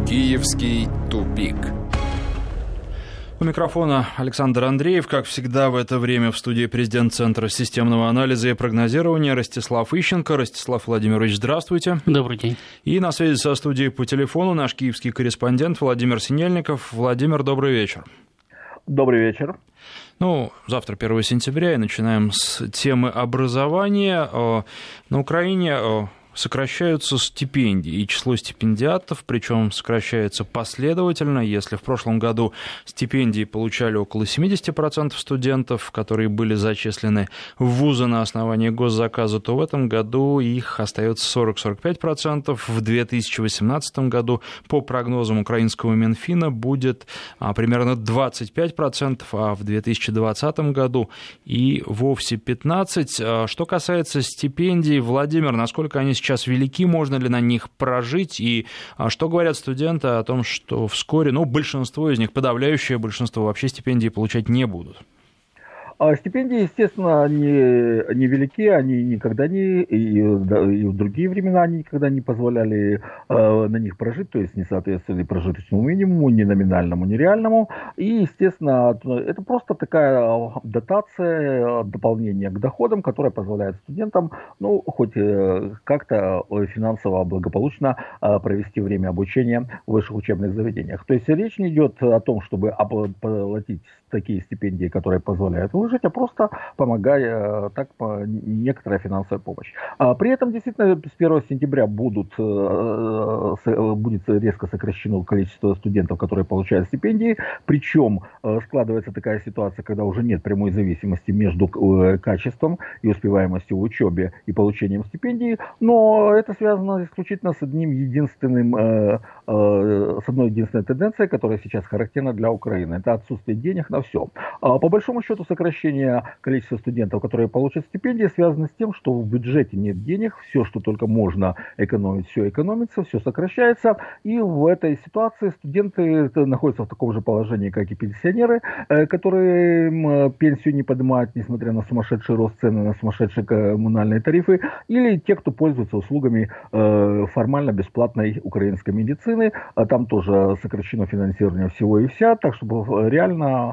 Киевский тупик. У микрофона Александр Андреев. Как всегда в это время в студии президент Центра системного анализа и прогнозирования Ростислав Ищенко. Ростислав Владимирович, здравствуйте. Добрый день. И на связи со студией по телефону наш киевский корреспондент Владимир Синельников. Владимир, добрый вечер. Добрый вечер. Завтра 1 сентября, и начинаем с темы образования. На Украине сокращаются стипендии, и число стипендиатов, причем сокращается последовательно. Если в прошлом году стипендии получали около 70% студентов, которые были зачислены в вузы на основании госзаказа, то в этом году их остается 40-45%. В 2018 году, по прогнозам украинского Минфина, будет примерно 25%, а в 2020 году и вовсе 15%. Что касается стипендий, Владимир, насколько они сейчас велики, можно ли на них прожить, и что говорят студенты о том, что вскоре, большинство из них, подавляющее большинство, вообще стипендии получать не будут? Стипендии, естественно, не велики, они никогда не, и в другие времена они никогда не позволяли на них прожить, то есть не соответствовали прожиточному минимуму, ни номинальному, ни реальному. И, естественно, это просто такая дотация, дополнение к доходам, которая позволяет студентам, хоть как-то финансово благополучно провести время обучения в высших учебных заведениях. То есть речь не идет о том, чтобы оплатить такие стипендии, которые позволяют выжить, а просто помогая некоторая финансовая помощь. При этом действительно с 1 сентября будет резко сокращено количество студентов, которые получают стипендии, причем складывается такая ситуация, когда уже нет прямой зависимости между качеством и успеваемостью в учебе и получением стипендии, но это связано исключительно с одной единственной тенденцией, которая сейчас характерна для Украины. Это отсутствие денег на все. По большому счету, сокращение количества студентов, которые получат стипендии, связано с тем, что в бюджете нет денег, все, что только можно экономить, все экономится, все сокращается, и в этой ситуации студенты находятся в таком же положении, как и пенсионеры, которые пенсию не поднимают, несмотря на сумасшедший рост цен, на сумасшедшие коммунальные тарифы, или те, кто пользуется услугами формально бесплатной украинской медицины. Там тоже сокращено финансирование всего и вся, так чтобы реально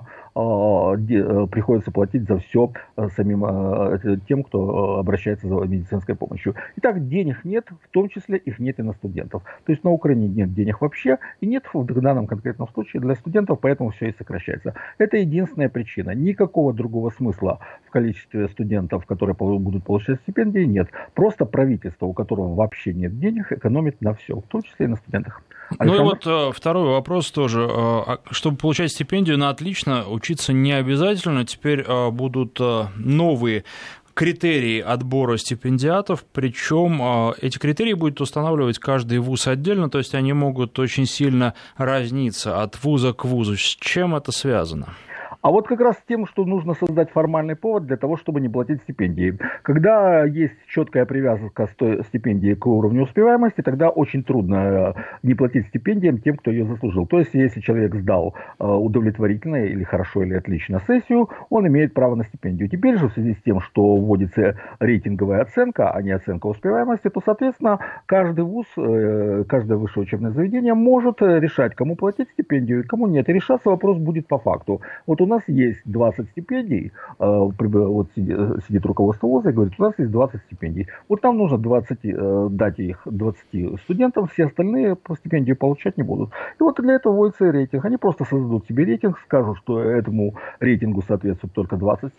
приходится платить за все самим тем, кто обращается за медицинской помощью. Итак, денег нет, в том числе их нет и на студентов. То есть на Украине нет денег вообще, и нет в данном конкретном случае для студентов, поэтому все и сокращается. Это единственная причина. Никакого другого смысла в количестве студентов, которые будут получать стипендии, нет. Просто правительство, у которого вообще нет денег, экономит на все, в том числе и на студентах. Второй вопрос тоже. Чтобы получать стипендию на отлично, учиться не обязательно. Теперь будут новые критерии отбора стипендиатов, причем эти критерии будет устанавливать каждый вуз отдельно, то есть они могут очень сильно разниться от вуза к вузу. С чем это связано? А вот как раз с тем, что нужно создать формальный повод для того, чтобы не платить стипендии. Когда есть четкая привязка стипендии к уровню успеваемости, тогда очень трудно не платить стипендиям тем, кто ее заслужил. То есть, если человек сдал удовлетворительно или хорошо, или отлично сессию, он имеет право на стипендию. Теперь же в связи с тем, что вводится рейтинговая оценка, а не оценка успеваемости, то, соответственно, каждый вуз, каждое высшее учебное заведение может решать, кому платить стипендию и кому нет. И решаться вопрос будет по факту. Вот у нас есть 20 стипендий, вот сидит руководство вуза и говорит, у нас есть 20 стипендий. Вот нам нужно дать их 20 студентам, все остальные по стипендию получать не будут. И вот для этого вводится рейтинг. Они просто создадут себе рейтинг, скажут, что этому рейтингу соответствует только 20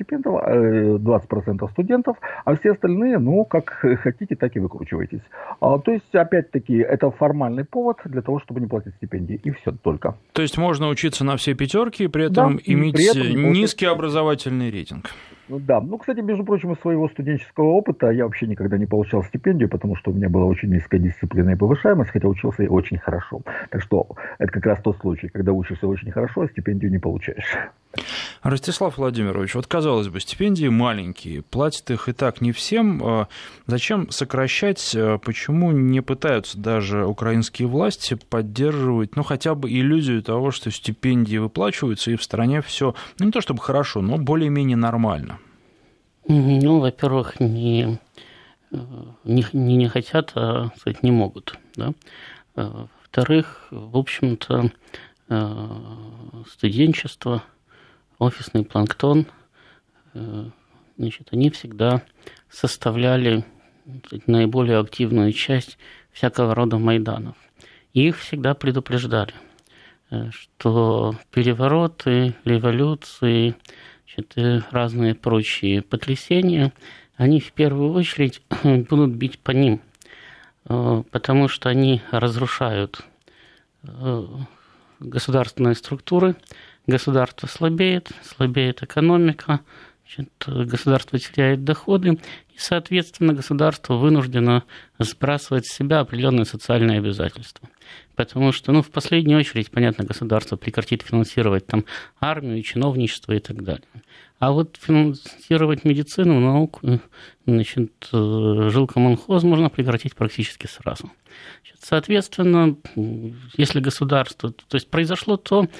студентов, а все остальные, как хотите, так и выкручивайтесь. То есть, опять-таки, это формальный повод для того, чтобы не платить стипендии. И все только. То есть можно учиться на все пятерки и при этом иметь низкий образовательный рейтинг. Да, кстати, между прочим, из своего студенческого опыта я вообще никогда не получал стипендию, потому что у меня была очень низкая дисциплина и повышаемость, хотя учился я очень хорошо. Так что это как раз тот случай, когда учишься очень хорошо, а стипендию не получаешь. Ростислав Владимирович, вот казалось бы, стипендии маленькие, платят их и так не всем. Зачем сокращать? Почему не пытаются даже украинские власти поддерживать, хотя бы иллюзию того, что стипендии выплачиваются и в стране все, не то чтобы хорошо, но более-менее нормально? Во-первых, не хотят, а сказать, не могут, да? Во-вторых, в общем-то, студенчество, офисный планктон, значит, они всегда составляли наиболее активную часть всякого рода майданов. И их всегда предупреждали, что перевороты, революции, значит, разные прочие потрясения, они в первую очередь будут бить по ним, потому что они разрушают государственные структуры, государство слабеет экономика, значит, государство теряет доходы, и, соответственно, государство вынуждено сбрасывать с себя определенные социальные обязательства. Потому что, в последнюю очередь, понятно, государство прекратит финансировать там армию, чиновничество и так далее. А вот финансировать медицину, науку, значит, жилкомунхоз можно прекратить практически сразу. Значит, соответственно, если государство... То есть произошло то,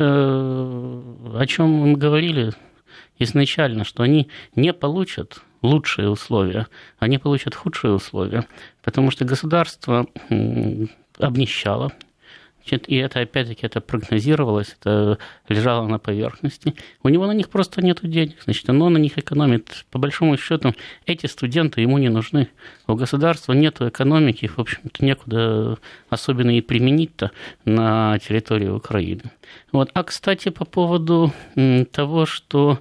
о чем мы говорили изначально, что они не получат лучшие условия, они получат худшие условия, потому что государство обнищало, и это, опять-таки, это прогнозировалось, это лежало на поверхности. У него на них просто нет денег, значит, оно на них экономит. По большому счету, эти студенты ему не нужны. У государства нет экономики, в общем-то, некуда особенно и применить-то на территории Украины. Вот. А, кстати, по поводу того, что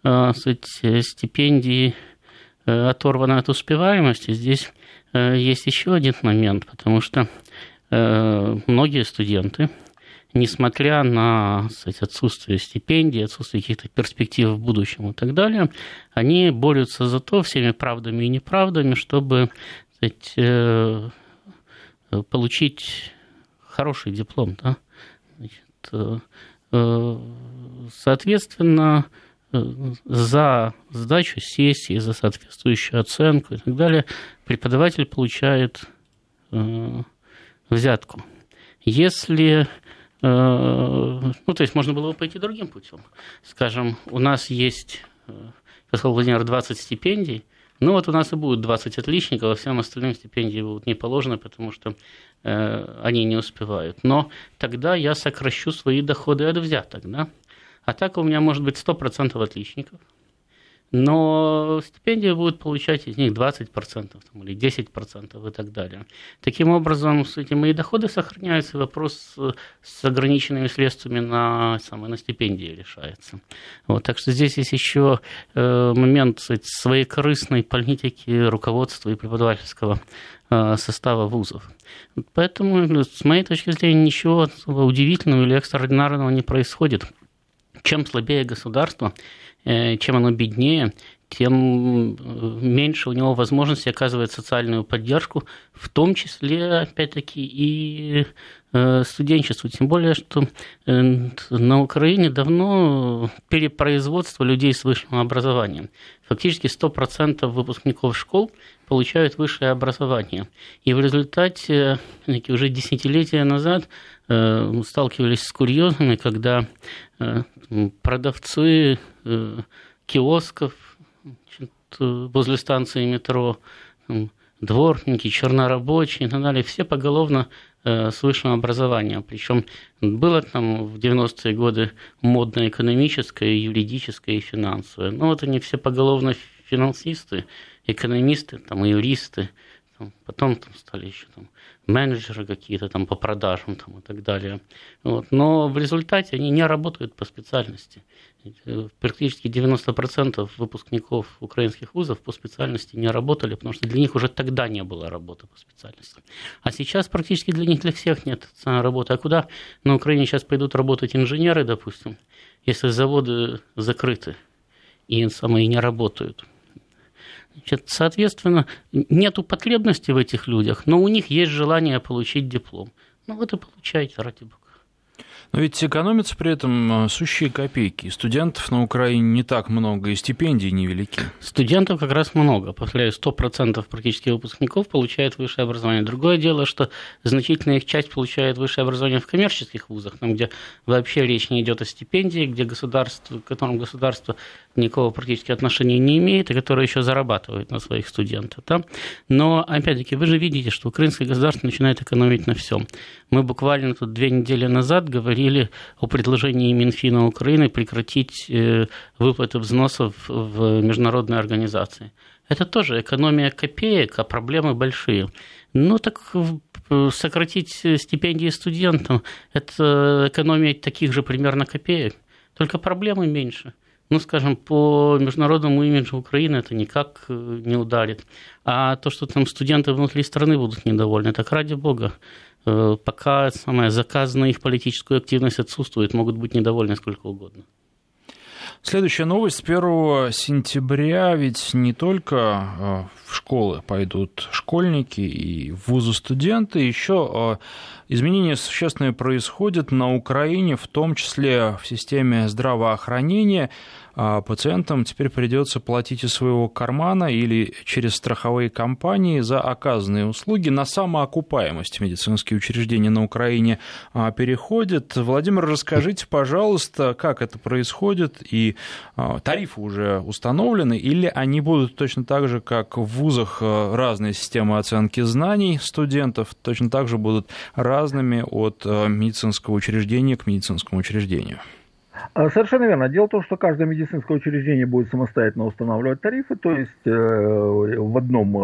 стипендии оторваны от успеваемости, здесь есть еще один момент, потому что многие студенты, несмотря на, кстати, отсутствие стипендий, отсутствие каких-то перспектив в будущем и так далее, они борются за то всеми правдами и неправдами, чтобы, кстати, получить хороший диплом. Да? Значит, соответственно, за сдачу сессии, за соответствующую оценку и так далее преподаватель получает взятку. Если, то есть можно было бы пойти другим путем. Скажем, у нас есть, как сказал Владимир, 20 стипендий, вот у нас и будет 20 отличников, а всем остальным стипендии будут не положены, потому что они не успевают. Но тогда я сокращу свои доходы от взяток, да? А так у меня может быть 100% отличников, но стипендию будут получать из них 20% или 10% и так далее. Таким образом, мои доходы сохраняются, и вопрос с ограниченными средствами на стипендии решается. Вот, так что здесь есть еще момент своекорыстной политики руководства и преподавательского состава вузов. Поэтому, с моей точки зрения, ничего удивительного или экстраординарного не происходит. Чем слабее государство, чем оно беднее, тем меньше у него возможности оказывать социальную поддержку, в том числе, опять-таки, и студенчеству. Тем более, что на Украине давно перепроизводство людей с высшим образованием. Фактически 100% выпускников школ получают высшее образование. И в результате, уже десятилетия назад, сталкивались с курьезами, когда продавцы киосков возле станции метро, дворники, чернорабочие и так далее, все поголовно с высшим образованием. Причем было там в 90-е годы модно экономическое, юридическое и финансовое. Но вот они все поголовно финансисты, экономисты, и юристы. Потом стали еще менеджеры какие-то по продажам и так далее. Вот. Но в результате они не работают по специальности. Практически 90% выпускников украинских вузов по специальности не работали, потому что для них уже тогда не было работы по специальности. А сейчас практически для всех нет работы. А куда на Украине сейчас пойдут работать инженеры, допустим, если заводы закрыты и не работают? Соответственно, нет потребности в этих людях, но у них есть желание получить диплом. Вот и получайте, ради бога. Но ведь экономятся при этом сущие копейки. Студентов на Украине не так много, и стипендии невелики. Студентов как раз много. Повторяю, 100% практически выпускников получают высшее образование. Другое дело, что значительная их часть получает высшее образование в коммерческих вузах, там, где вообще речь не идет о стипендии, где к которым государство никакого практически отношения не имеет, и которые еще зарабатывают на своих студентах. Да? Но, опять-таки, вы же видите, что украинское государство начинает экономить на всем. Мы буквально тут 2 недели назад говорили о предложении Минфина Украины прекратить выплаты взносов в международные организации. Это тоже экономия копеек, а проблемы большие. Ну так сократить стипендии студентам – это экономия таких же примерно копеек, только проблемы меньше. Ну, скажем, по международному имиджу Украины это никак не ударит. А то, что там студенты внутри страны будут недовольны, так ради бога. Пока заказ на их политическую активность отсутствует, могут быть недовольны сколько угодно. Следующая новость. С 1 сентября ведь не только в школы пойдут школьники и в вузы студенты, еще изменения существенные происходят на Украине, в том числе в системе здравоохранения. Пациентам теперь придется платить из своего кармана или через страховые компании за оказанные услуги. На самоокупаемость медицинские учреждения на Украине переходят. Владимир, расскажите, пожалуйста, как это происходит, и тарифы уже установлены, или они будут точно так же, как в вузах разные системы оценки знаний студентов, точно так же будут разными от медицинского учреждения к медицинскому учреждению? Совершенно верно. Дело в том, что каждое медицинское учреждение будет самостоятельно устанавливать тарифы, то есть в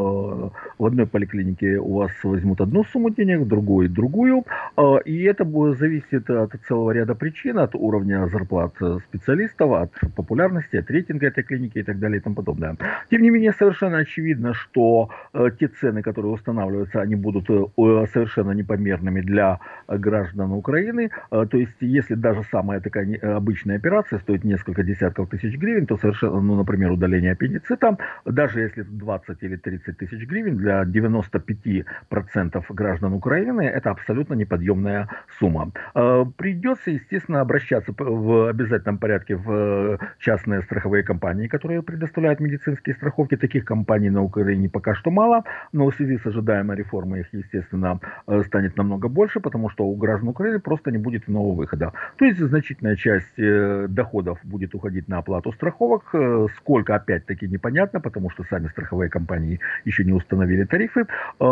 одной поликлинике у вас возьмут одну сумму денег, в другой другую, и это будет зависеть от целого ряда причин, от уровня зарплат специалистов, от популярности, от рейтинга этой клиники и так далее и тому подобное. Тем не менее, совершенно очевидно, что те цены, которые устанавливаются, они будут совершенно непомерными для граждан Украины, то есть если даже самая такая обычная операция стоит несколько десятков тысяч гривен, то совершенно, например, удаление аппендицита, даже если 20 или 30 тысяч гривен, для 95% граждан Украины это абсолютно неподъемная сумма. Придется, естественно, обращаться в обязательном порядке в частные страховые компании, которые предоставляют медицинские страховки. Таких компаний на Украине пока что мало, но в связи с ожидаемой реформой их, естественно, станет намного больше, потому что у граждан Украины просто не будет иного выхода. То есть значительная часть доходов будет уходить на оплату страховок. Сколько, опять-таки, непонятно, потому что сами страховые компании еще не установили тарифы.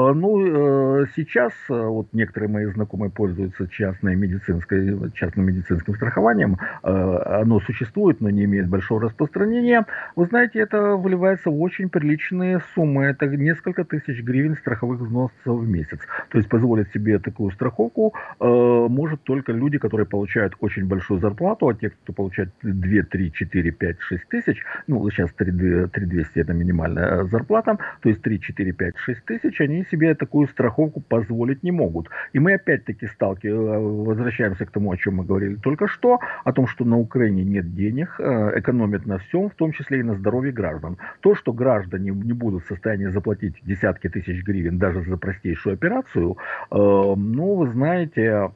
Ну, сейчас вот некоторые мои знакомые пользуются частным медицинским страхованием. Оно существует, но не имеет большого распространения. Вы знаете, это выливается в очень приличные суммы. Это несколько тысяч гривен страховых взносов в месяц. То есть позволить себе такую страховку может только люди, которые получают очень большую зарплату, а те, кто получает 2, 3, 4, 5, 6 тысяч, ну, сейчас 3200 это минимальная зарплата, то есть 3, 4, 5, 6 тысяч, они себе такую страховку позволить не могут. И мы опять-таки возвращаемся к тому, о чем мы говорили только что, о том, что на Украине нет денег, экономят на всем, в том числе и на здоровье граждан. То, что граждане не будут в состоянии заплатить десятки тысяч гривен даже за простейшую операцию, ну, вы знаете,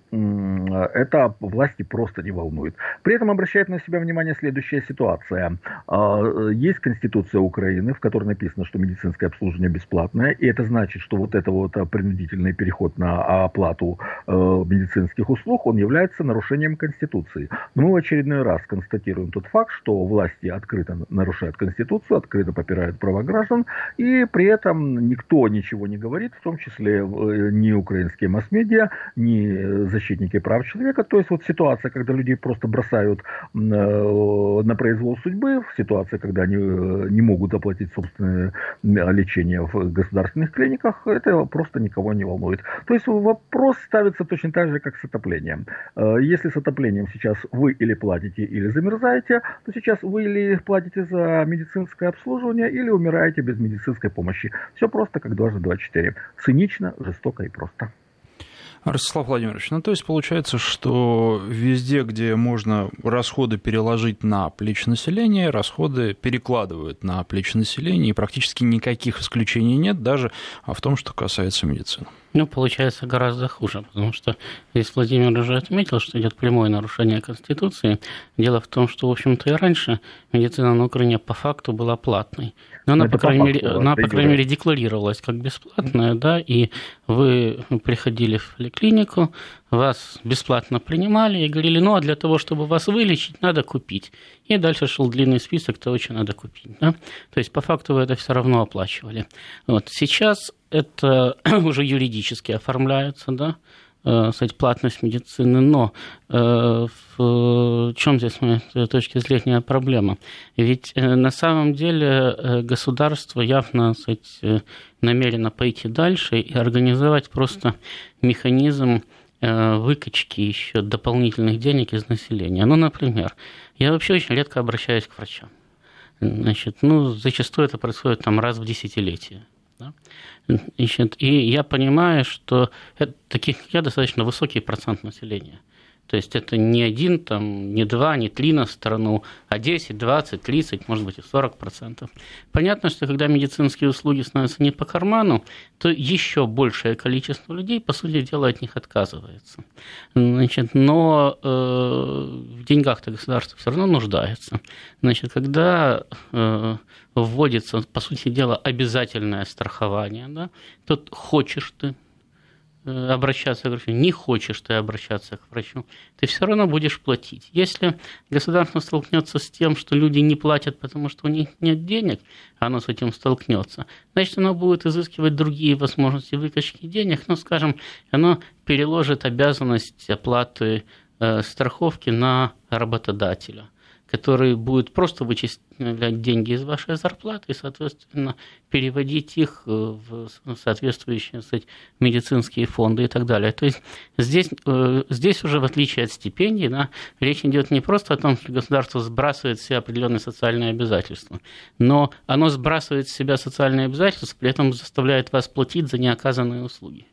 это власти просто не волнует. При этом обращает на себя внимание следующая ситуация. Есть Конституция Украины, в которой написано, что медицинское обслуживание бесплатное, и это значит, что вот это вот принудительный переход на оплату медицинских услуг, он является нарушением Конституции. Но мы в очередной раз констатируем тот факт, что власти открыто нарушают Конституцию, открыто попирают права граждан, и при этом никто ничего не говорит, в том числе ни украинские масс-медиа, ни защитники прав человека. То есть вот ситуация, когда людей просто бросают на произвол судьбы, в ситуации, когда они не могут оплатить собственное лечение в государственных клиниках, это просто никого не волнует. То есть вопрос ставится точно так же, как с отоплением. Если с отоплением сейчас вы или платите, или замерзаете, то сейчас вы или платите за медицинское обслуживание, или умираете без медицинской помощи. Все просто как 2 × 2 = 4. Цинично, жестоко и просто. Ростислав Владимирович, ну то есть получается, что везде, где можно расходы переложить на плечи населения, расходы перекладывают на плечи населения, и практически никаких исключений нет, даже в том, что касается медицины. Ну, получается гораздо хуже, потому что здесь Владимир уже отметил, что идет прямое нарушение Конституции. Дело в том, что, в общем-то, и раньше медицина на Украине по факту была платной. Но она, по крайней мере, декларировалась как бесплатная, да, и вы приходили в поликлинику, вас бесплатно принимали и говорили, ну, а для того, чтобы вас вылечить, надо купить. И дальше шел длинный список того, что надо купить. Да? То есть, по факту, вы это все равно оплачивали. Вот. Сейчас это уже юридически оформляется, да, кстати, платность медицины, но в чем здесь, с моей точки зрения, проблема? Ведь на самом деле государство явно, кстати, намерено пойти дальше и организовать просто механизм выкачки еще дополнительных денег из населения. Ну, например, я вообще очень редко обращаюсь к врачам. Значит, ну, зачастую это происходит там раз в десятилетие. Да? Значит, и я понимаю, что таких я достаточно высокий процент населения. То есть это не один, там, не два, не три на страну, а 10, 20, 30, может быть, и 40%. Понятно, что когда медицинские услуги становятся не по карману, то еще большее количество людей, по сути дела, от них отказывается. Значит, но в деньгах-то государство все равно нуждается. Значит, когда вводится, по сути дела, обязательное страхование, да, то хочешь ты обращаться к врачу, не хочешь ты обращаться к врачу, ты все равно будешь платить. Если государство столкнется с тем, что люди не платят, потому что у них нет денег, оно с этим столкнется, значит, оно будет изыскивать другие возможности выкачки денег, ну, скажем, оно переложит обязанность оплаты страховки на работодателя, который будет просто вычислять деньги из вашей зарплаты и, соответственно, переводить их в соответствующие, так сказать, медицинские фонды и так далее. То есть здесь уже, в отличие от стипендий, да, речь идет не просто о том, что государство сбрасывает с себя определенные социальные обязательства, но оно сбрасывает с себя социальные обязательства, при этом заставляет вас платить за неоказанные услуги.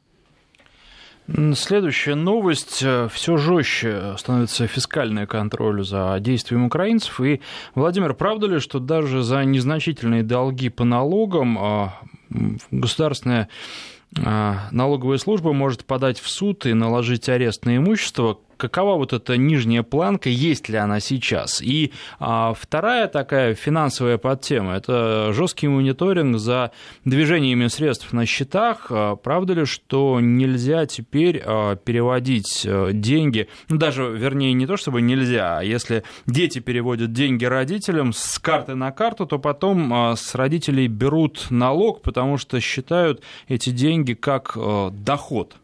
Следующая новость. Все жестче становится фискальный контроль за действием украинцев. И, Владимир, правда ли, что даже за незначительные долги по налогам государственная налоговая служба может подать в суд и наложить арест на имущество? Какова вот эта нижняя планка, есть ли она сейчас? И вторая такая финансовая подтема – это жесткий мониторинг за движениями средств на счетах. Правда ли, что нельзя теперь переводить деньги, ну, даже, вернее, не то чтобы нельзя, а если дети переводят деньги родителям с карты на карту, то потом с родителей берут налог, потому что считают эти деньги как доход?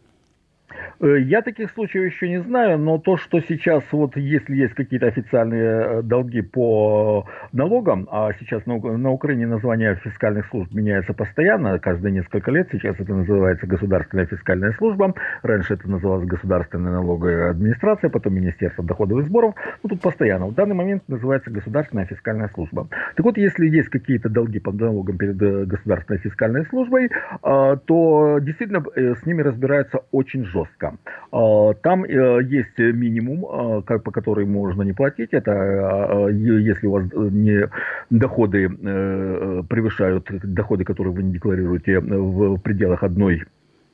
Я таких случаев еще не знаю, но то, что сейчас, вот если есть какие-то официальные долги по налогам, а сейчас на Украине название фискальных служб меняется постоянно, каждые несколько лет, сейчас это называется Государственная фискальная служба, раньше это называлось Государственная налоговая администрация, потом Министерство доходов и сборов, ну тут постоянно. В данный момент называется Государственная фискальная служба. Так вот, если есть какие-то долги по налогам перед Государственной фискальной службой, то действительно с ними разбираются очень жестко. Там есть минимум, по который можно не платить. Это если у вас доходы превышают доходы, которые вы не декларируете в пределах одной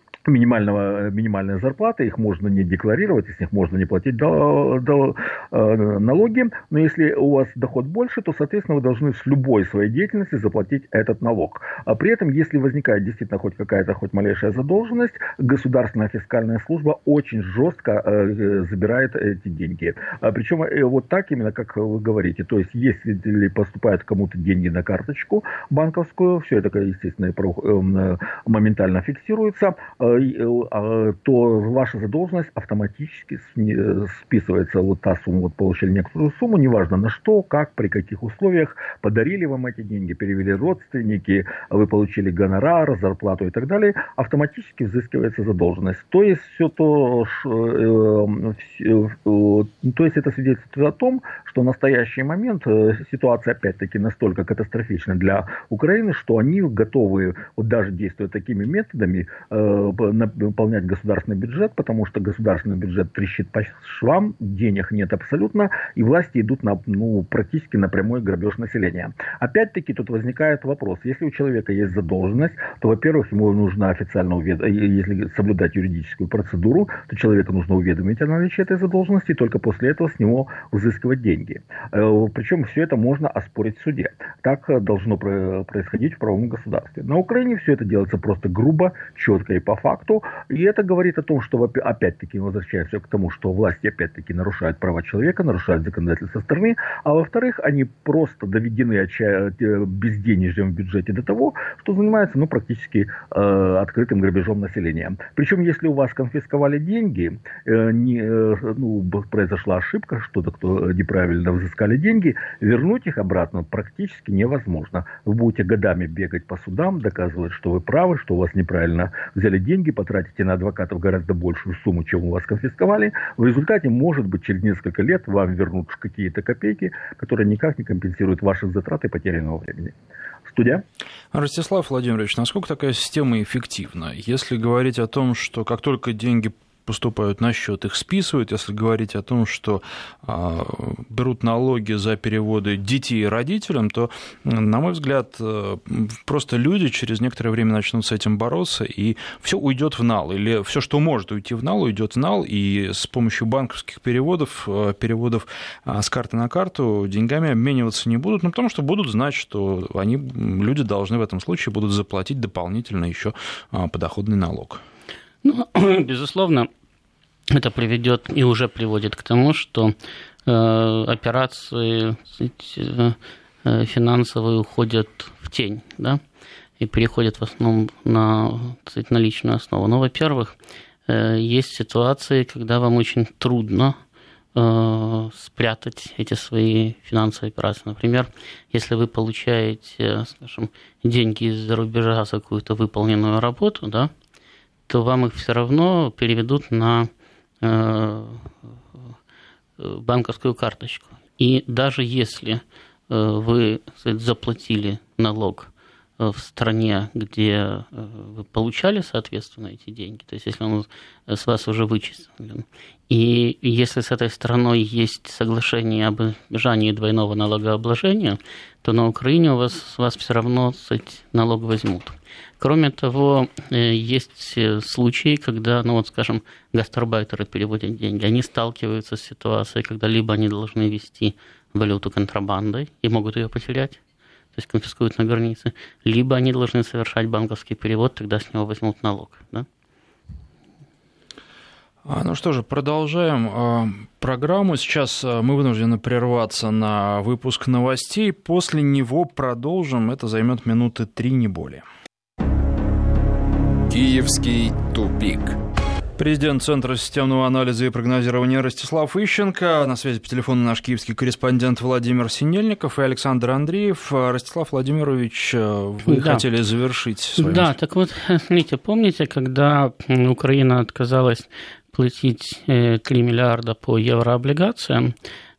минимальная зарплата, их можно не декларировать, с них можно не платить налоги, но если у вас доход больше, то, соответственно, вы должны с любой своей деятельности заплатить этот налог. А при этом, если возникает действительно хоть какая-то, хоть малейшая задолженность, Государственная фискальная служба очень жестко забирает эти деньги. Причем вот так именно, как вы говорите, то есть если поступают кому-то деньги на карточку банковскую, все это, естественно, моментально фиксируется, то ваша задолженность автоматически списывается. Вот та сумма, вот получили некоторую сумму, неважно на что, как, при каких условиях, подарили вам эти деньги, перевели родственники, вы получили гонорар, зарплату и так далее, автоматически взыскивается задолженность. То есть это свидетельствует о том, что в настоящий момент ситуация опять-таки настолько катастрофична для Украины, что они готовы, вот даже действуя такими методами, наполнять государственный бюджет, потому что государственный бюджет трещит по швам, денег нет абсолютно, и власти идут практически на прямой грабеж населения. Опять-таки тут возникает вопрос, если у человека есть задолженность, то, во-первых, ему нужно официально если соблюдать юридическую процедуру, то человека нужно уведомить о наличии этой задолженности, и только после этого с него взыскивать деньги. Причем все это можно оспорить в суде. Так должно происходить в правовом государстве. На Украине все это делается просто грубо, четко и по факту. И это говорит о том, что опять-таки возвращается к тому, что власти опять-таки нарушают права человека, нарушают законодательство страны, а во-вторых, они просто доведены безденежьем в бюджете до того, что занимаются практически открытым грабежом населения. Причем, если у вас конфисковали деньги, произошла ошибка, что-то кто неправильно взыскали деньги, вернуть их обратно практически невозможно. Вы будете годами бегать по судам, доказывать, что вы правы, что у вас неправильно взяли деньги, потратите на адвокатов гораздо большую сумму, чем у вас конфисковали. В результате, может быть, через несколько лет вам вернут какие-то копейки, которые никак не компенсируют ваши затраты потерянного времени. Студия. Ростислав Владимирович, насколько такая система эффективна? Если говорить о том, что как только деньги поступают на счет, их списывают, если говорить о том, что берут налоги за переводы детей родителям, то, на мой взгляд, просто люди через некоторое время начнут с этим бороться, и все уйдет в нал, или все, что может уйти в нал, уйдет в нал, и с помощью банковских переводов с карты на карту деньгами обмениваться не будут, потому что будут знать, что люди должны в этом случае будут заплатить дополнительно еще подоходный налог. Безусловно, это приведет и уже приводит к тому, что операции финансовые уходят в тень, да, и переходят в основном на личную основу. Но, во-первых, есть ситуации, когда вам очень трудно спрятать эти свои финансовые операции. Например, если вы получаете, скажем, деньги из-за рубежа за какую-то выполненную работу, да, то вам их все равно переведут на банковскую карточку. И даже если вы заплатили налог в стране, где вы получали, соответственно, эти деньги, то есть если он с вас уже вычислен, и если с этой страной есть соглашение об избежании двойного налогообложения, то на Украине с вас все равно налог возьмут. Кроме того, есть случаи, когда, скажем, гастарбайтеры переводят деньги, они сталкиваются с ситуацией, когда либо они должны вести валюту контрабандой и могут ее потерять, то есть конфискуют на границе, либо они должны совершать банковский перевод, тогда с него возьмут налог. Да? Ну что же, продолжаем программу. Сейчас мы вынуждены прерваться на выпуск новостей. После него продолжим. Это займет минуты 3, не более. Киевский тупик. Президент Центра системного анализа и прогнозирования Ростислав Ищенко. На связи по телефону наш киевский корреспондент Владимир Синельников и Александр Андреев. Ростислав Владимирович, вы хотели завершить свою мысль. Так вот, смотрите, помните, когда Украина отказалась платить 3 миллиарда по еврооблигациям,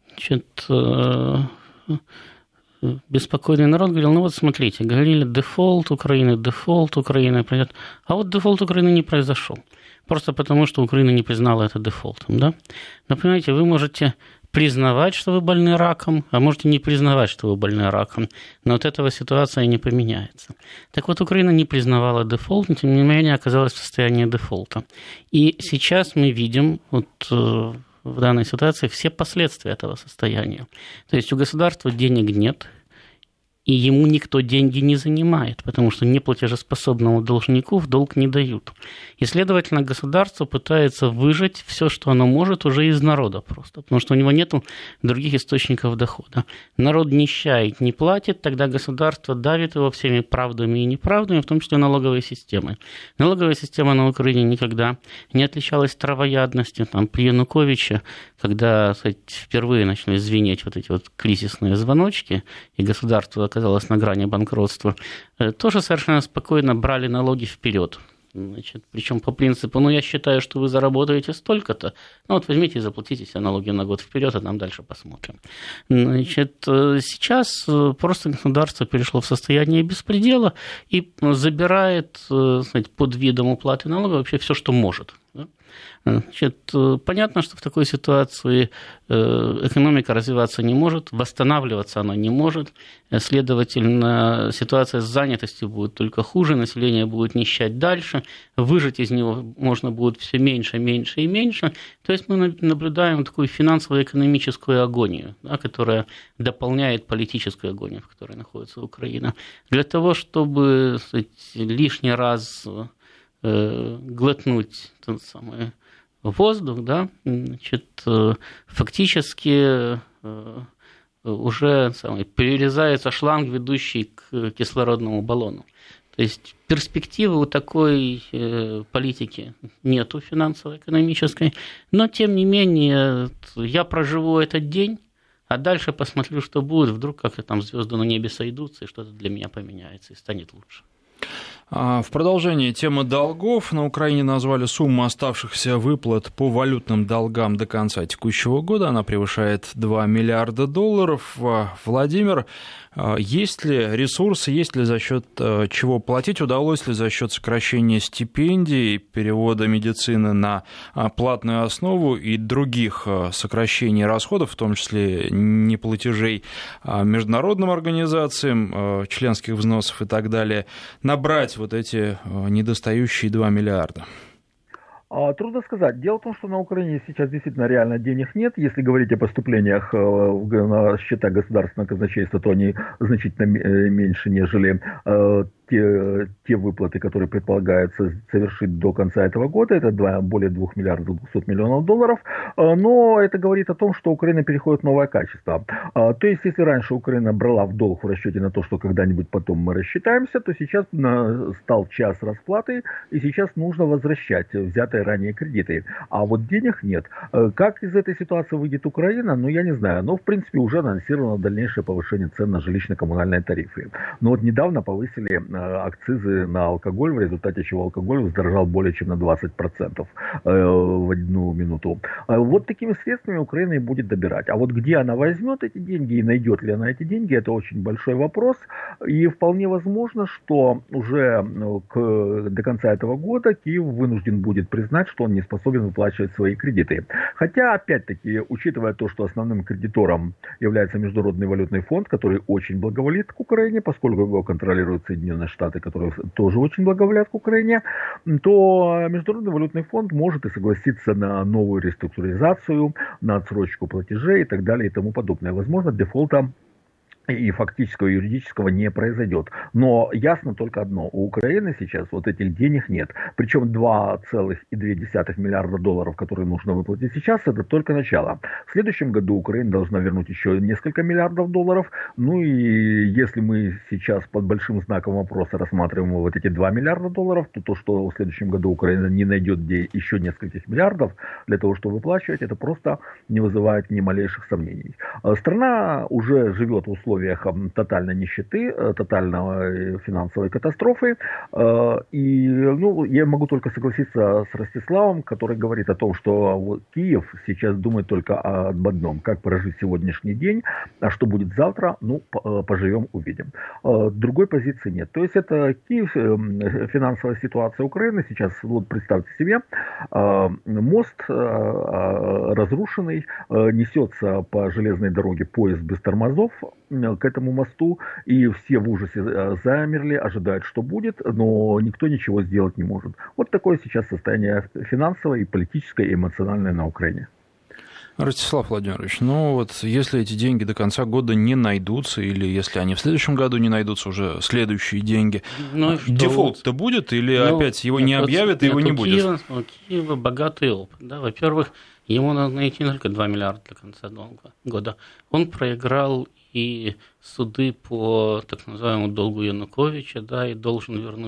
беспокойный народ говорил, смотрите, говорили, дефолт Украины пройдет, а вот дефолт Украины не произошел. Просто потому, что Украина не признала это дефолтом. Да? Но, понимаете, вы можете признавать, что вы больны раком, а можете не признавать, что вы больны раком. Но от этого ситуация не поменяется. Так вот, Украина не признавала дефолт, но тем не менее оказалась в состоянии дефолта. И сейчас мы видим в данной ситуации все последствия этого состояния. То есть у государства денег нет, и ему никто деньги не занимает, потому что неплатежеспособному должнику в долг не дают. И, следовательно, государство пытается выжать все, что оно может, уже из народа просто, потому что у него нет других источников дохода. Народ нищает, не платит, тогда государство давит его всеми правдами и неправдами, в том числе налоговой системой. Налоговая система на Украине никогда не отличалась травоядностью. При Януковиче, когда впервые начали звенеть эти кризисные звоночки, и государство оказалось на грани банкротства, тоже совершенно спокойно брали налоги вперед. Значит, причем по принципу, я считаю, что вы заработаете столько-то, возьмите и заплатите себе налоги на год вперед, а там дальше посмотрим. Значит, сейчас просто государство перешло в состояние беспредела и забирает, под видом уплаты налогов вообще все, что может. Значит, понятно, что в такой ситуации экономика развиваться не может, восстанавливаться она не может, следовательно, ситуация с занятостью будет только хуже, население будет нищать дальше, выжить из него можно будет все меньше, меньше и меньше. То есть мы наблюдаем такую финансово-экономическую агонию, которая дополняет политическую агонию, в которой находится Украина. Для того, чтобы лишний раз глотнуть тот самый воздух, значит, фактически уже перерезается шланг, ведущий к кислородному баллону. То есть перспективы у такой политики нету финансово-экономической, но тем не менее я проживу этот день, а дальше посмотрю, что будет, вдруг как-то там звезды на небе сойдутся, и что-то для меня поменяется и станет лучше. В продолжение темы долгов на Украине назвали сумму оставшихся выплат по валютным долгам до конца текущего года. Она превышает $2 миллиарда. Владимир, есть ли ресурсы, есть ли за счет чего платить? Удалось ли за счет сокращения стипендий, перевода медицины на платную основу и других сокращений расходов, в том числе неплатежей международным организациям, членских взносов и так далее, набрать вот эти недостающие 2 миллиарда? Трудно сказать. Дело в том, что на Украине сейчас действительно реально денег нет. Если говорить о поступлениях на счета государственного казначейства, то они значительно меньше, нежели те выплаты, которые предполагается совершить до конца этого года. Это более 2 миллиардов 200 миллионов долларов. Но это говорит о том, что Украина переходит в новое качество. То есть, если раньше Украина брала в долг в расчете на то, что когда-нибудь потом мы рассчитаемся, то сейчас стал час расплаты, и сейчас нужно возвращать взятые ранее кредиты. А вот денег нет. Как из этой ситуации выйдет Украина, я не знаю. Но, в принципе, уже анонсировано дальнейшее повышение цен на жилищно-коммунальные тарифы. Но вот недавно повысили акцизы на алкоголь, в результате чего алкоголь вздорожал более чем на 20% в одну минуту. Вот такими средствами Украина и будет добирать. А вот где она возьмет эти деньги и найдет ли она эти деньги, это очень большой вопрос. И вполне возможно, что уже до конца этого года Киев вынужден будет признать, что он не способен выплачивать свои кредиты. Хотя, опять-таки, учитывая то, что основным кредитором является Международный валютный фонд, который очень благоволит к Украине, поскольку его контролируют Соединенные Штаты, которые тоже очень благоволят к Украине, то Международный валютный фонд может и согласиться на новую реструктуризацию, на отсрочку платежей и так далее и тому подобное. Возможно, дефолта и фактического, юридического не произойдет. Но ясно только одно. У Украины сейчас вот этих денег нет. Причем 2,2 миллиарда долларов, которые нужно выплатить сейчас, это только начало. В следующем году Украина должна вернуть еще несколько миллиардов долларов. И если мы сейчас под большим знаком вопроса рассматриваем вот эти 2 миллиарда долларов, то что в следующем году Украина не найдет еще нескольких миллиардов для того, чтобы выплачивать, это просто не вызывает ни малейших сомнений. Страна уже живет в условиях тотальной нищеты, тотальной финансовой катастрофы. И я могу только согласиться с Ростиславом, который говорит о том, что Киев сейчас думает только об одном: как прожить сегодняшний день, а что будет завтра, поживем, увидим. Другой позиции нет. То есть это Киев, финансовая ситуация Украины сейчас, представьте себе, мост разрушенный, несется по железной дороге поезд без тормозов к этому мосту, и все в ужасе замерли, ожидают, что будет, но никто ничего сделать не может. Вот такое сейчас состояние финансовое, и политическое, и эмоциональное на Украине. Ростислав Владимирович, если эти деньги до конца года не найдутся, или если они в следующем году не найдутся, уже следующие деньги, дефолт-то будет, или опять его не объявят, и его не будет? У Киева богатый опыт. Во-первых, ему надо найти не только 2 миллиарда до конца года. Он проиграл и суды по так называемому долгу Януковича, и должен вернуть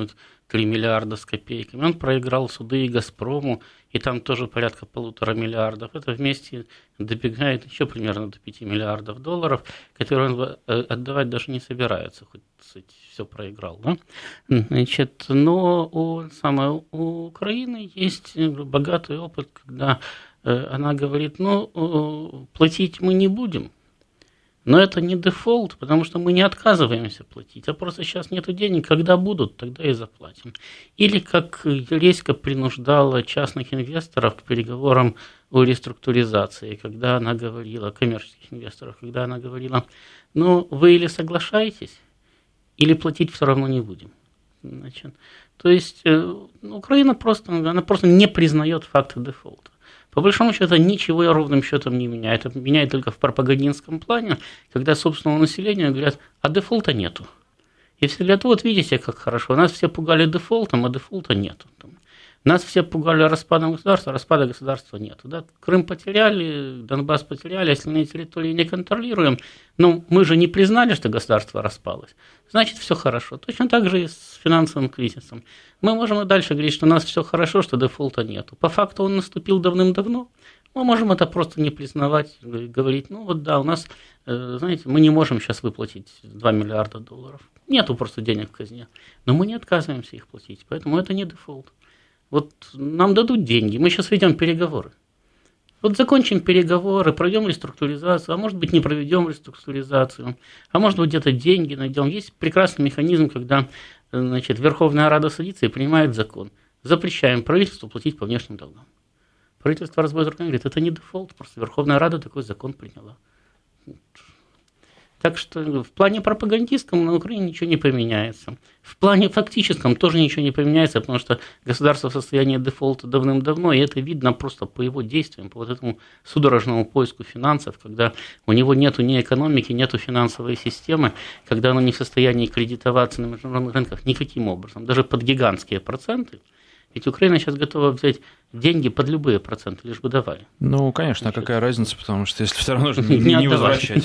3 миллиарда с копейками. Он проиграл суды и «Газпрому», и там тоже порядка 1,5 миллиардов. Это вместе добегает еще примерно до 5 миллиардов долларов, которые он отдавать даже не собирается, хоть все проиграл. Да? Значит, но у Украины есть богатый опыт, когда она говорит, платить мы не будем. Но это не дефолт, потому что мы не отказываемся платить, а просто сейчас нет денег, когда будут, тогда и заплатим. Или как Ельська принуждала частных инвесторов к переговорам о реструктуризации, когда она говорила, коммерческих инвесторов, когда она говорила, вы или соглашаетесь, или платить все равно не будем. Значит, то есть Украина просто не признает факта дефолта. По большому счету, ничего ровным счетом не меняет. Это меняет только в пропагандистском плане, когда собственному населению говорят, а дефолта нету. И все говорят, вот видите, как хорошо. Нас все пугали дефолтом, а дефолта нету. Нас все пугали распадом государства, а распада государства нету. Да? Крым потеряли, Донбасс потеряли, остальные территории не контролируем. Но мы же не признали, что государство распалось. Значит, все хорошо. Точно так же и с финансовым кризисом. Мы можем и дальше говорить, что у нас все хорошо, что дефолта нету. По факту он наступил давным-давно. Мы можем это просто не признавать, говорить, у нас, знаете, мы не можем сейчас выплатить 2 миллиарда долларов. Нету просто денег в казне. Но мы не отказываемся их платить, поэтому это не дефолт. Вот нам дадут деньги, мы сейчас ведем переговоры. Вот закончим переговоры, пройдем реструктуризацию, а может быть не проведем реструктуризацию, а может быть где-то деньги найдем. Есть прекрасный механизм, когда Верховная Рада садится и принимает закон. Запрещаем правительству платить по внешним долгам. Правительство разводит руками и говорит, это не дефолт, просто Верховная Рада такой закон приняла. Так что в плане пропагандистском на Украине ничего не поменяется. В плане фактическом тоже ничего не поменяется, потому что государство в состоянии дефолта давным-давно, и это видно просто по его действиям, по вот этому судорожному поиску финансов, когда у него нету ни экономики, нету финансовой системы, когда оно не в состоянии кредитоваться на международных рынках никаким образом, даже под гигантские проценты. Ведь Украина сейчас готова взять деньги под любые проценты, лишь бы давали. Конечно, а какая разница, потому что если все равно же не возвращать.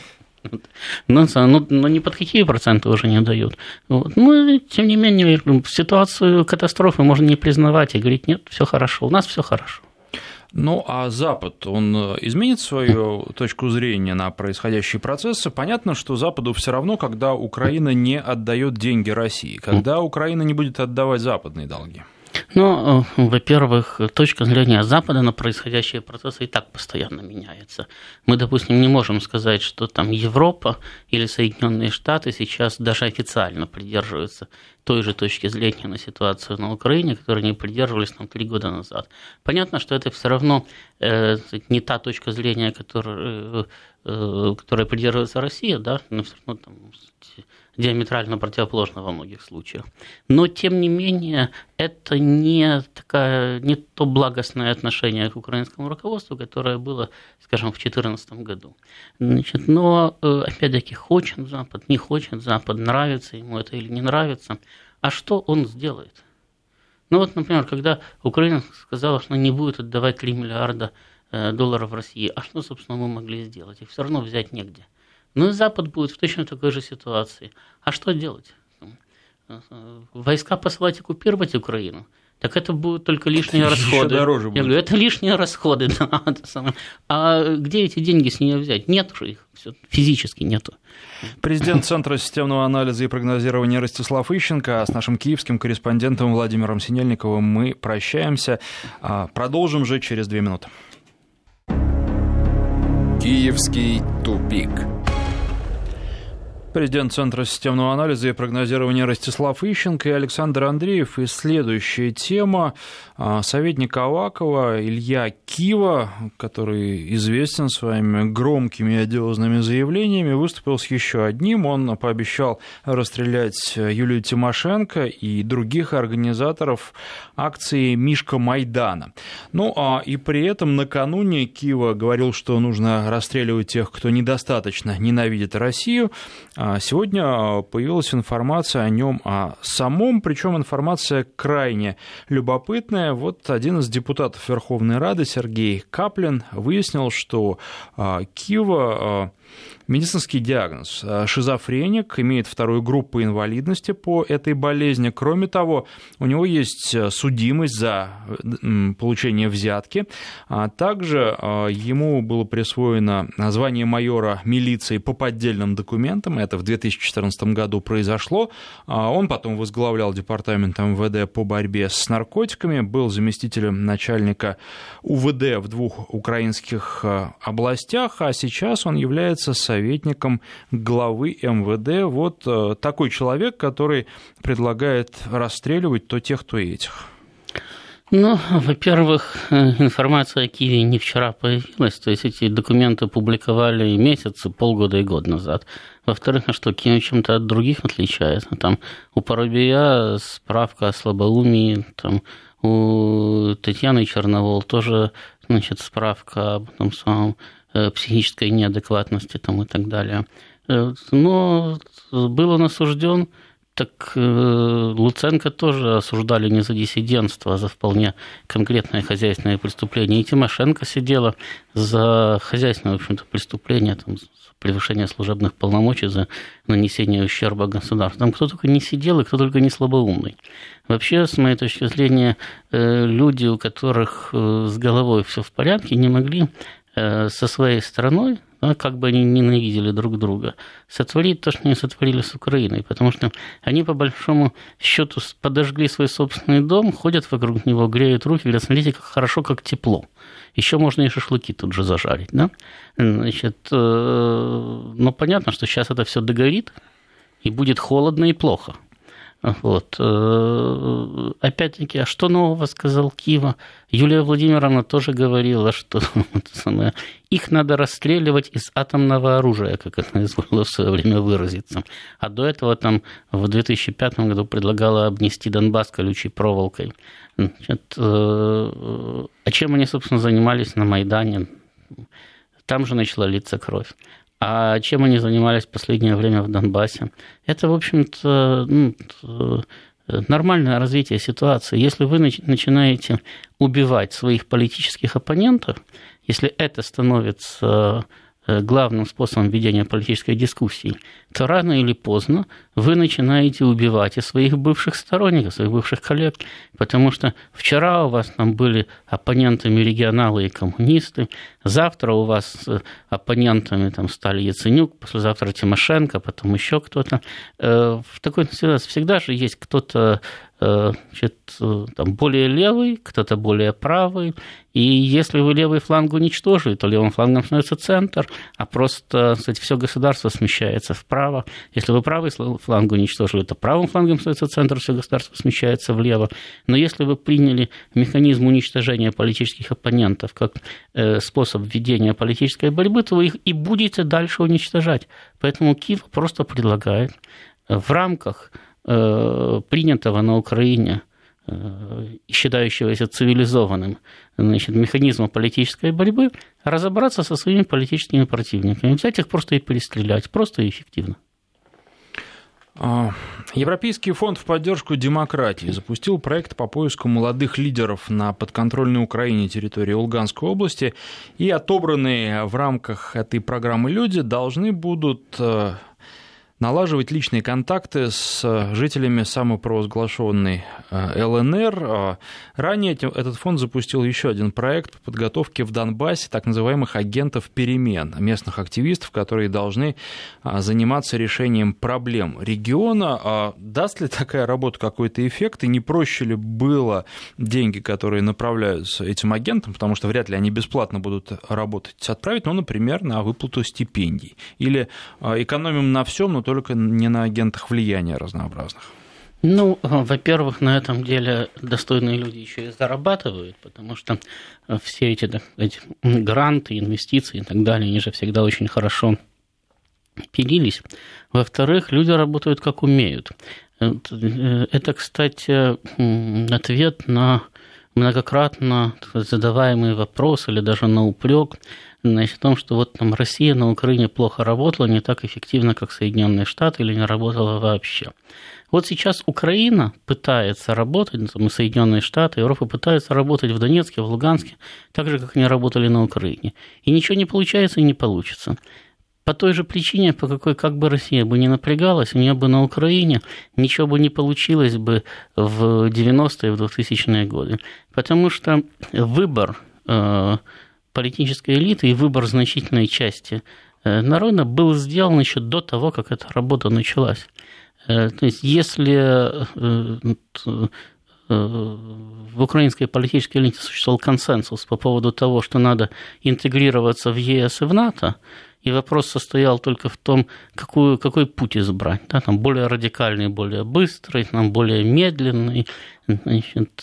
Но ни под какие проценты уже не дают. Тем не менее, ситуацию катастрофы можно не признавать и говорить, нет, все хорошо, у нас все хорошо. А Запад, он изменит свою точку зрения на происходящие процессы? Понятно, что Западу все равно, когда Украина не отдает деньги России, когда Украина не будет отдавать западные долги. Во-первых, точка зрения Запада на происходящие процессы и так постоянно меняется. Мы, допустим, не можем сказать, что там Европа или Соединенные Штаты сейчас даже официально придерживаются той же точки зрения на ситуацию на Украине, которой они придерживались 3 года назад. Понятно, что это все равно не та точка зрения, которой придерживается Россия, да, но все равно диаметрально противоположно во многих случаях. Но, тем не менее, это не то благостное отношение к украинскому руководству, которое было, скажем, в 2014 году. Но, опять-таки, хочет Запад, не хочет Запад, нравится ему это или не нравится. А что он сделает? Например, когда Украина сказала, что она не будет отдавать 3 миллиарда долларов России, а что, собственно, мы могли сделать? Их все равно взять негде. И Запад будет в точно такой же ситуации. А что делать? Войска посылать, оккупировать Украину? Так это будут только лишние расходы. Дороже будет. Я говорю, это лишние расходы. Да, а где эти деньги с нее взять? Нет уже их, физически нету. Президент Центра системного анализа и прогнозирования Ростислав Ищенко, а с нашим киевским корреспондентом Владимиром Синельниковым мы прощаемся. Продолжим же через 2 минуты. Киевский тупик. Президент Центра системного анализа и прогнозирования Ростислав Ищенко и Александр Андреев. И следующая тема. Советник Авакова Илья Кива, который известен своими громкими и одиозными заявлениями, выступил с еще одним. Он пообещал расстрелять Юлию Тимошенко и других организаторов акции «Мишка Майдана». И при этом накануне Кива говорил, что нужно расстреливать тех, кто недостаточно ненавидит Россию. Сегодня появилась информация о нем самом, причем информация крайне любопытная. Вот один из депутатов Верховной Рады, Сергей Каплин, выяснил, что Кива медицинский диагноз – шизофреник, имеет вторую группу инвалидности по этой болезни. Кроме того, у него есть судимость за получение взятки. Также ему было присвоено звание майора милиции по поддельным документам. Это в 2014 году произошло. Он потом возглавлял департамент МВД по борьбе с наркотиками, был заместителем начальника УВД в 2 украинских областях, а сейчас он является советником главы МВД. Вот такой человек, который предлагает расстреливать то тех, то этих. Ну, во-первых, информация о Киеве не вчера появилась, то есть эти документы публиковали месяцы, полгода и год назад. Во-вторых, что Киев чем-то от других отличается. Там у Парубия справка о слабоумии, там у Татьяны Черновол тоже, значит, справка об этом самом психической неадекватности там, и так далее. Но был он осужден, так Луценко тоже осуждали не за диссидентство, а за вполне конкретное хозяйственное преступление. И Тимошенко сидела за хозяйственное, в общем-то, преступление, там, превышение служебных полномочий, за нанесение ущерба государству. Там кто только не сидел и кто только не слабоумный. Вообще, с моей точки зрения, люди, у которых с головой все в порядке, не могли со своей стороной, как бы они ненавидели друг друга, сотворить то, что они сотворили с Украиной, потому что они, по большому счету, подожгли свой собственный дом, ходят вокруг него, греют руки, говорят, смотрите, как хорошо, как тепло. Еще можно и шашлыки тут же зажарить, да? Значит, но понятно, что сейчас это все догорит, и будет холодно и плохо. Вот. Опять-таки, а что нового сказал Кива? Юлия Владимировна тоже говорила, что их надо расстреливать из атомного оружия, как она изволила в свое время выразиться. А до этого там в 2005 году предлагала обнести Донбасс колючей проволокой. Значит, а чем они, собственно, занимались на Майдане? Там же начала литься кровь. А чем они занимались в последнее время в Донбассе? Это, в общем-то, нормальное развитие ситуации. Если вы начинаете убивать своих политических оппонентов, если это становится главным способом ведения политической дискуссии, то рано или поздно вы начинаете убивать и своих бывших сторонников, своих бывших коллег, потому что вчера у вас там были оппонентами регионалы и коммунисты, завтра у вас оппонентами там стали Яценюк, послезавтра Тимошенко, потом еще кто-то. В такой ситуации всегда же есть кто-то, значит, там, более левый, кто-то более правый, и если вы левый фланг уничтожили, то левым флангом становится центр, а просто, кстати, все государство смещается вправо. Если вы правый фланг уничтожили, то правым флангом становится центр, все государство смещается влево. Но если вы приняли механизм уничтожения политических оппонентов как способ ведения политической борьбы, то вы их и будете дальше уничтожать. Поэтому Киев просто предлагает в рамках принятого на Украине, считающегося цивилизованным, значит, механизма политической борьбы, разобраться со своими политическими противниками, взять их просто и перестрелять, просто и эффективно. Европейский фонд в поддержку демократии запустил проект по поиску молодых лидеров на подконтрольной Украине территории Луганской области, и отобранные в рамках этой программы люди должны будут налаживать личные контакты с жителями самопровозглашенной ЛНР. Ранее этот фонд запустил еще один проект по подготовке в Донбассе так называемых агентов перемен, местных активистов, которые должны заниматься решением проблем региона. Даст ли такая работа какой-то эффект, и не проще ли было деньги, которые направляются этим агентам, потому что вряд ли они бесплатно будут работать, отправить, ну, например, на выплату стипендий? Или экономим на всем, но только не на агентах влияния разнообразных? Ну, во-первых, на этом деле достойные люди еще и зарабатывают, потому что все эти гранты, инвестиции и так далее, они же всегда очень хорошо пилились. Во-вторых, люди работают как умеют. Это, кстати, ответ на многократно задаваемый вопрос или даже на упрек значит, о том, что вот там Россия на Украине плохо работала, не так эффективно, как Соединенные Штаты, или не работала вообще. Вот сейчас Украина пытается работать, там, и Соединенные Штаты, Европа пытаются работать в Донецке, в Луганске, так же, как они работали на Украине. И ничего не получается и не получится. По той же причине, по какой как бы Россия бы не напрягалась, у нее бы на Украине ничего бы не получилось бы в 90-е, в 2000-е годы. Потому что выбор политической элиты и выбор значительной части народа был сделан еще до того, как эта работа началась. То есть, если в украинской политической элите существовал консенсус по поводу того, что надо интегрироваться в ЕС и в НАТО, и вопрос состоял только в том, какой путь избрать. Да, там более радикальный, более быстрый, там более медленный. Значит,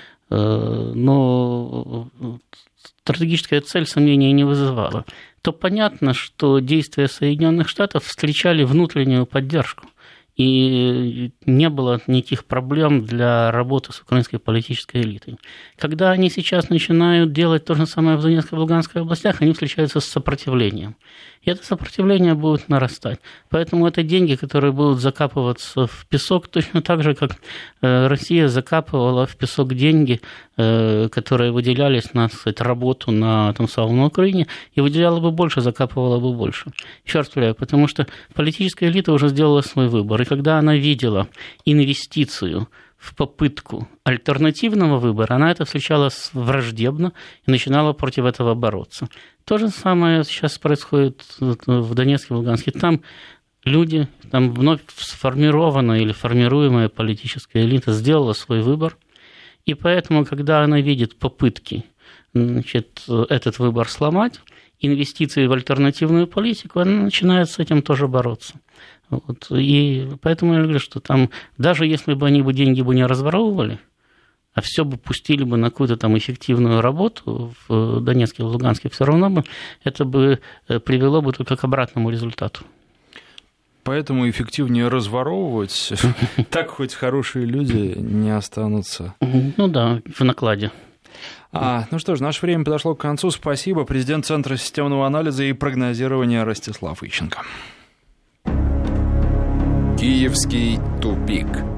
но стратегическая цель сомнений не вызывала. То понятно, что действия Соединенных Штатов встречали внутреннюю поддержку. И не было никаких проблем для работы с украинской политической элитой. Когда они сейчас начинают делать то же самое в Донецкой и Луганской областях, они встречаются с сопротивлением. И это сопротивление будет нарастать. Поэтому это деньги, которые будут закапываться в песок, точно так же, как Россия закапывала в песок деньги, которые выделялись на, сказать, работу на том самом на Украине, и выделяла бы больше, закапывала бы больше. Еще раз повторяю, потому что политическая элита уже сделала свой выбор. И когда она видела инвестицию в попытку альтернативного выбора, она это встречала враждебно и начинала против этого бороться. То же самое сейчас происходит в Донецке и Луганске. Там люди, там вновь сформированная или формируемая политическая элита сделала свой выбор, и поэтому, когда она видит попытки, значит, этот выбор сломать, инвестиции в альтернативную политику, она начинает с этим тоже бороться. Вот. И поэтому я говорю, что там, даже если бы они деньги не разворовывали, а все бы пустили бы на какую-то там эффективную работу в Донецке и в Луганске, все равно бы это бы привело бы только к обратному результату. Поэтому эффективнее разворовывать, так хоть хорошие люди не останутся. Ну да, в накладе. Ну что ж, наше время подошло к концу. Спасибо. Президент Центра системного анализа и прогнозирования Ростислав Ищенко. Киевский тупик.